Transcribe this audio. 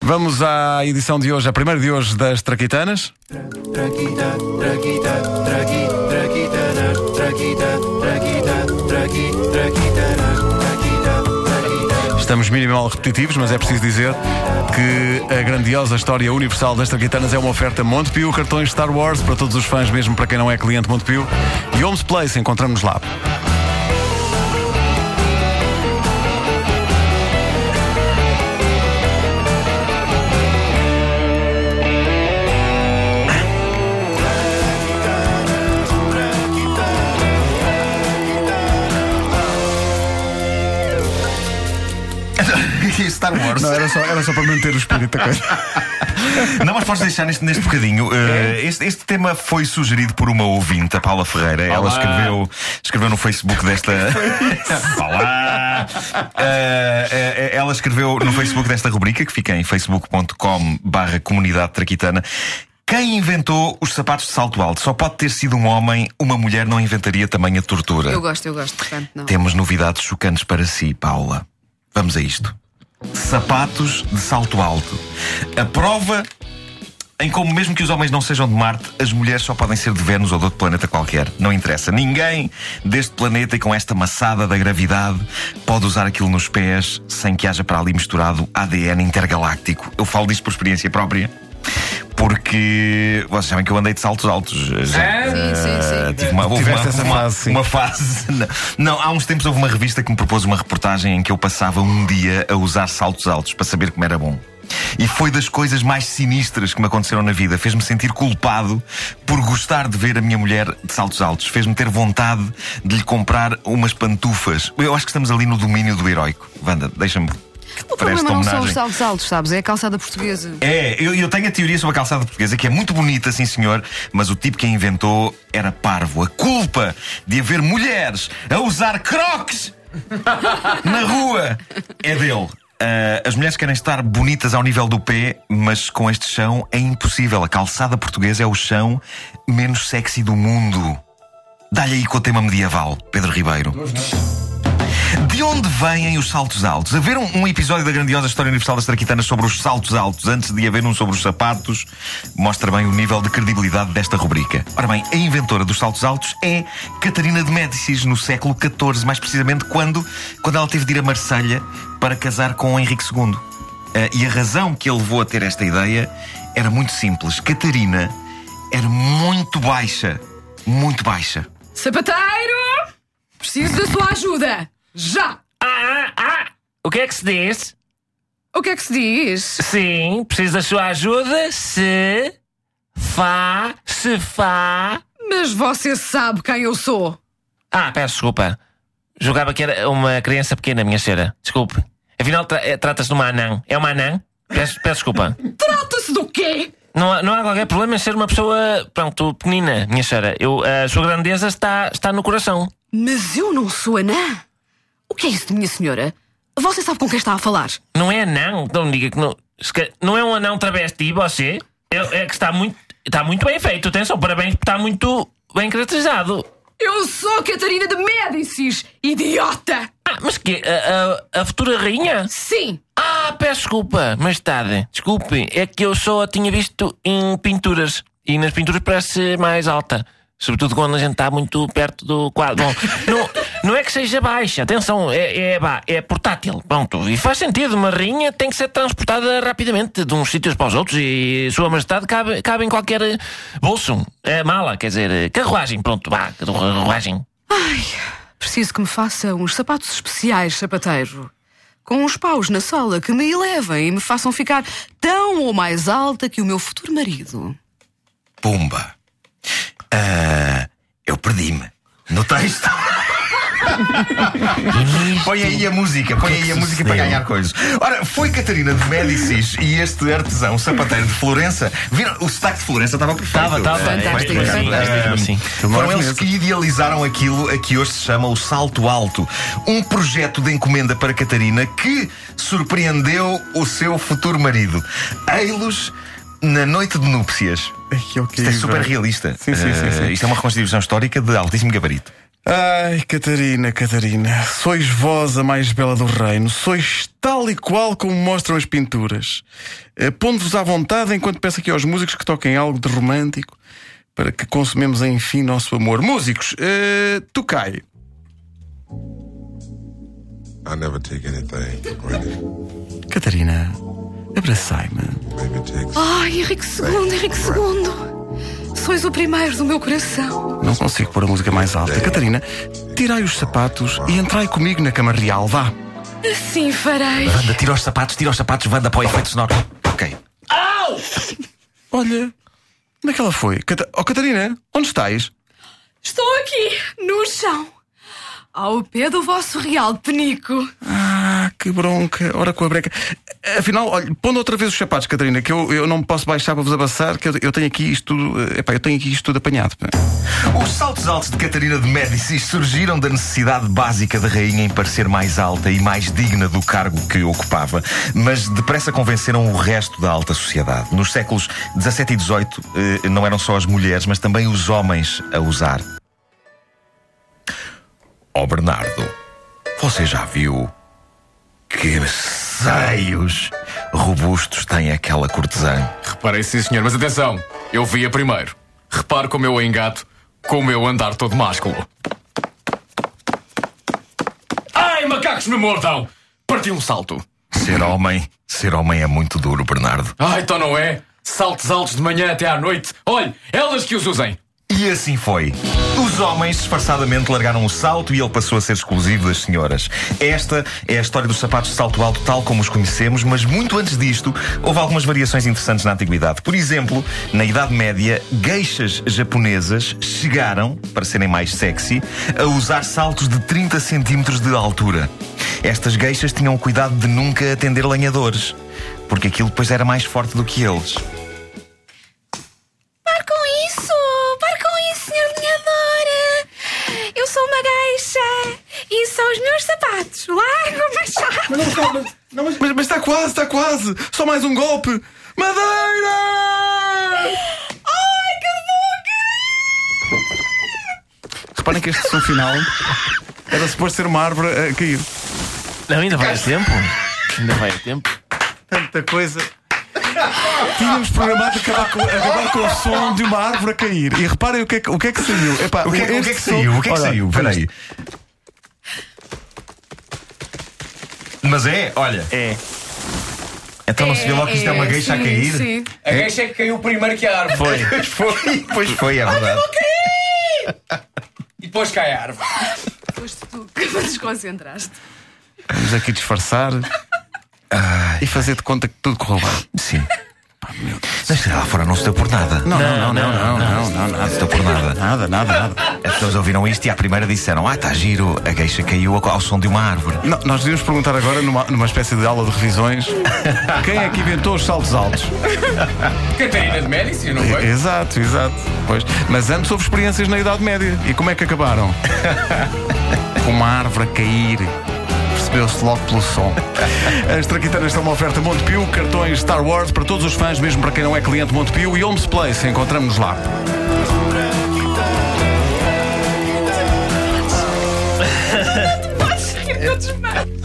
Vamos à edição de hoje, a primeira de hoje das Traquitanas. Estamos minimal repetitivos, mas é preciso dizer que a grandiosa história universal das Traquitanas é uma oferta Montepio, cartões Star Wars para todos os fãs, mesmo para quem não é cliente Montepio. E Homes Place, encontramos-nos lá. Star Wars. Não, era só para manter o espírito da coisa. Não, mas podes deixar neste bocadinho. Este tema foi sugerido por uma ouvinte, a Paula Ferreira. Ela escreveu no Facebook desta. Olá! Ela escreveu no Facebook desta rubrica, que fica em facebook.com/comunidade traquitana. Quem inventou os sapatos de salto alto? Só pode ter sido um homem, uma mulher não inventaria tamanha tortura. Eu gosto, portanto, não. Temos novidades chocantes para si, Paula. Vamos a isto. Sapatos de salto alto. A prova em como, mesmo que os homens não sejam de Marte, as mulheres só podem ser de Vênus ou de outro planeta qualquer. Não interessa. Ninguém deste planeta e com esta maçada da gravidade pode usar aquilo nos pés sem que haja para ali misturado ADN intergaláctico. Eu falo disto por experiência própria, porque vocês sabem que eu andei de saltos altos. Sim. Tive uma fase. Não, há uns tempos houve uma revista que me propôs uma reportagem em que eu passava um dia a usar saltos altos para saber como era bom. E foi das coisas mais sinistras que me aconteceram na vida. Fez-me sentir culpado por gostar de ver a minha mulher de saltos altos. Fez-me ter vontade de lhe comprar umas pantufas. Eu acho que estamos ali no domínio do heroico. Wanda, deixa-me. O problema não são os saltos altos, sabes? É a calçada portuguesa. Eu tenho a teoria sobre a calçada portuguesa, que é muito bonita, sim senhor, mas o tipo que a inventou era parvo. A culpa de haver mulheres a usar crocs na rua é dele. As mulheres querem estar bonitas ao nível do pé, mas com este chão é impossível. A calçada portuguesa é o chão menos sexy do mundo. Dá-lhe aí com o tema medieval, Pedro Ribeiro. De onde vêm os saltos altos? Haver um episódio da grandiosa história universal das Traquitanas sobre os saltos altos antes de haver um sobre os sapatos mostra bem o nível de credibilidade desta rubrica. Ora bem, a inventora dos saltos altos é Catarina de Médicis, no século XIV, mais precisamente quando ela teve de ir a Marselha para casar com Henrique II. E a razão que ele levou a ter esta ideia era muito simples. Catarina era muito baixa. Muito baixa. Sapateiro! Preciso da sua ajuda! Já! O que é que se diz? O que é que se diz? Sim, preciso da sua ajuda. Se fá. Mas você sabe quem eu sou. Peço desculpa. Julgava que era uma criança pequena, minha senhora. Desculpe. Afinal, trata-se de uma anã. É uma anã? Peço desculpa. Trata-se do quê? Não há qualquer problema em ser uma pessoa, pequenina, minha senhora. A sua grandeza está no coração. Mas eu não sou anã. O que é isso de minha senhora? Você sabe com quem está a falar? Não é anão? Não me diga que não. Não é um anão travesti, você? É que está muito bem feito. Atenção, parabéns, está muito bem caracterizado. Eu sou Catarina de Médicis, idiota! Mas que? A futura rainha? Sim! Peço desculpa, mais tarde. Desculpe, é que eu só a tinha visto em pinturas. E nas pinturas parece mais alta. Sobretudo quando a gente está muito perto do quadro. Bom, não é que seja baixa, atenção, é portátil. Pronto, e faz sentido, uma rainha tem que ser transportada rapidamente de uns sítios para os outros e Sua Majestade cabe em qualquer bolso. Mala, quer dizer, carruagem, pronto, carruagem. Preciso que me faça uns sapatos especiais, sapateiro. Com uns paus na sola que me elevem e me façam ficar tão ou mais alta que o meu futuro marido. Pumba! Eu perdi-me no texto. Põe aí a música para ganhar coisas. Ora, foi Catarina de Médicis e este artesão sapateiro de Florença. Viram? O sotaque de Florença estava perfeito. Estava. Fantástico. Foram eles que idealizaram aquilo a que hoje se chama o salto alto. Um projeto de encomenda para Catarina que surpreendeu o seu futuro marido. Ei-los na noite de núpcias. Isto é super realista. Sim. Isto é uma reconstituição histórica de altíssimo gabarito. Ai, Catarina, Catarina, sois vós a mais bela do reino. Sois tal e qual como mostram as pinturas. Pondo-vos à vontade enquanto peço aqui aos músicos que toquem algo de romântico para que consumemos enfim nosso amor. Músicos, tocai. I never take anything for granted. Catarina, abraçai-me. Maybe it takes Ai, Henrique II, Henrique II. Sois o primeiro do meu coração. Não consigo pôr a música mais alta. Catarina, tirai os sapatos e entrai comigo na cama real, vá. Assim farei. Wanda, tira os sapatos, Wanda, para o efeito sonoro. Ok. Olha, onde é que ela foi? Catarina, onde estais? Estou aqui, no chão, ao pé do vosso real penico. Ah, que bronca. Ora com a breca. Afinal, olha, pondo outra vez os sapatos, Catarina, que eu não me posso baixar para vos abaçar, que eu tenho aqui isto tudo. Eu tenho aqui isto tudo apanhado. Os saltos altos de Catarina de Médicis surgiram da necessidade básica da rainha em parecer mais alta e mais digna do cargo que ocupava, mas depressa convenceram o resto da alta sociedade. Nos séculos XVII e XVIII não eram só as mulheres, mas também os homens a usar. Oh, Bernardo, você já viu que seios robustos tem aquela cortesã? Reparei, sim, senhor, mas atenção, eu vi a primeiro. Repare como eu a engato, como eu andar todo másculo. Ai, macacos me mordam! Parti um salto. Ser homem é muito duro, Bernardo. Ai, então não é? Saltos altos de manhã até à noite. Olhe, elas que os usem. E assim foi. Os homens disfarçadamente largaram o salto e ele passou a ser exclusivo das senhoras. Esta é a história dos sapatos de salto alto tal como os conhecemos, mas muito antes disto houve algumas variações interessantes na antiguidade. Por exemplo, na Idade Média, geishas japonesas chegaram, para serem mais sexy, a usar saltos de 30 centímetros de altura. Estas geishas tinham o cuidado de nunca atender lenhadores, porque aquilo depois era mais forte do que eles. Pare com isso, senhor lenhador. Eu sou uma geisha e são os meus sapatos. Larga-me já. Mas está quase. Só mais um golpe. Madeira! Ai, que boca! Reparem que este som final era suposto ser uma árvore a cair. Não, ainda vai a tempo. Ainda vai a tempo. Tanta coisa. Tínhamos programado acabar com o som de uma árvore a cair. E reparem o que é que saiu. Epá, O que é que saiu? O que é que saiu? Espera aí. Mas olha. É. Então não se vê logo que isto é uma geisha a cair? Sim. A geisha é que caiu primeiro que a árvore. Pois foi, é verdade. E depois cai a árvore. Foste tu que me desconcentraste. Vamos aqui disfarçar e fazer de conta que tudo correu bem. Sim. Mas lá fora não se deu por nada. Não, nada. Se deu por nada. Nada. As pessoas ouviram isto e à primeira disseram: está giro, a geisha caiu ao som de uma árvore. Não, nós devíamos perguntar agora, numa espécie de aula de revisões, quem é que inventou os saltos altos? Catarina de Médicis, não foi? Exato. Pois. Mas antes houve experiências na Idade Média. E como é que acabaram? Com uma árvore a cair. Percebeu-se logo pelo som. As traquitanas são uma oferta Montepio, cartões Star Wars para todos os fãs, mesmo para quem não é cliente Montepio, e Homes Place. Encontramos-nos lá. Eu desmaio.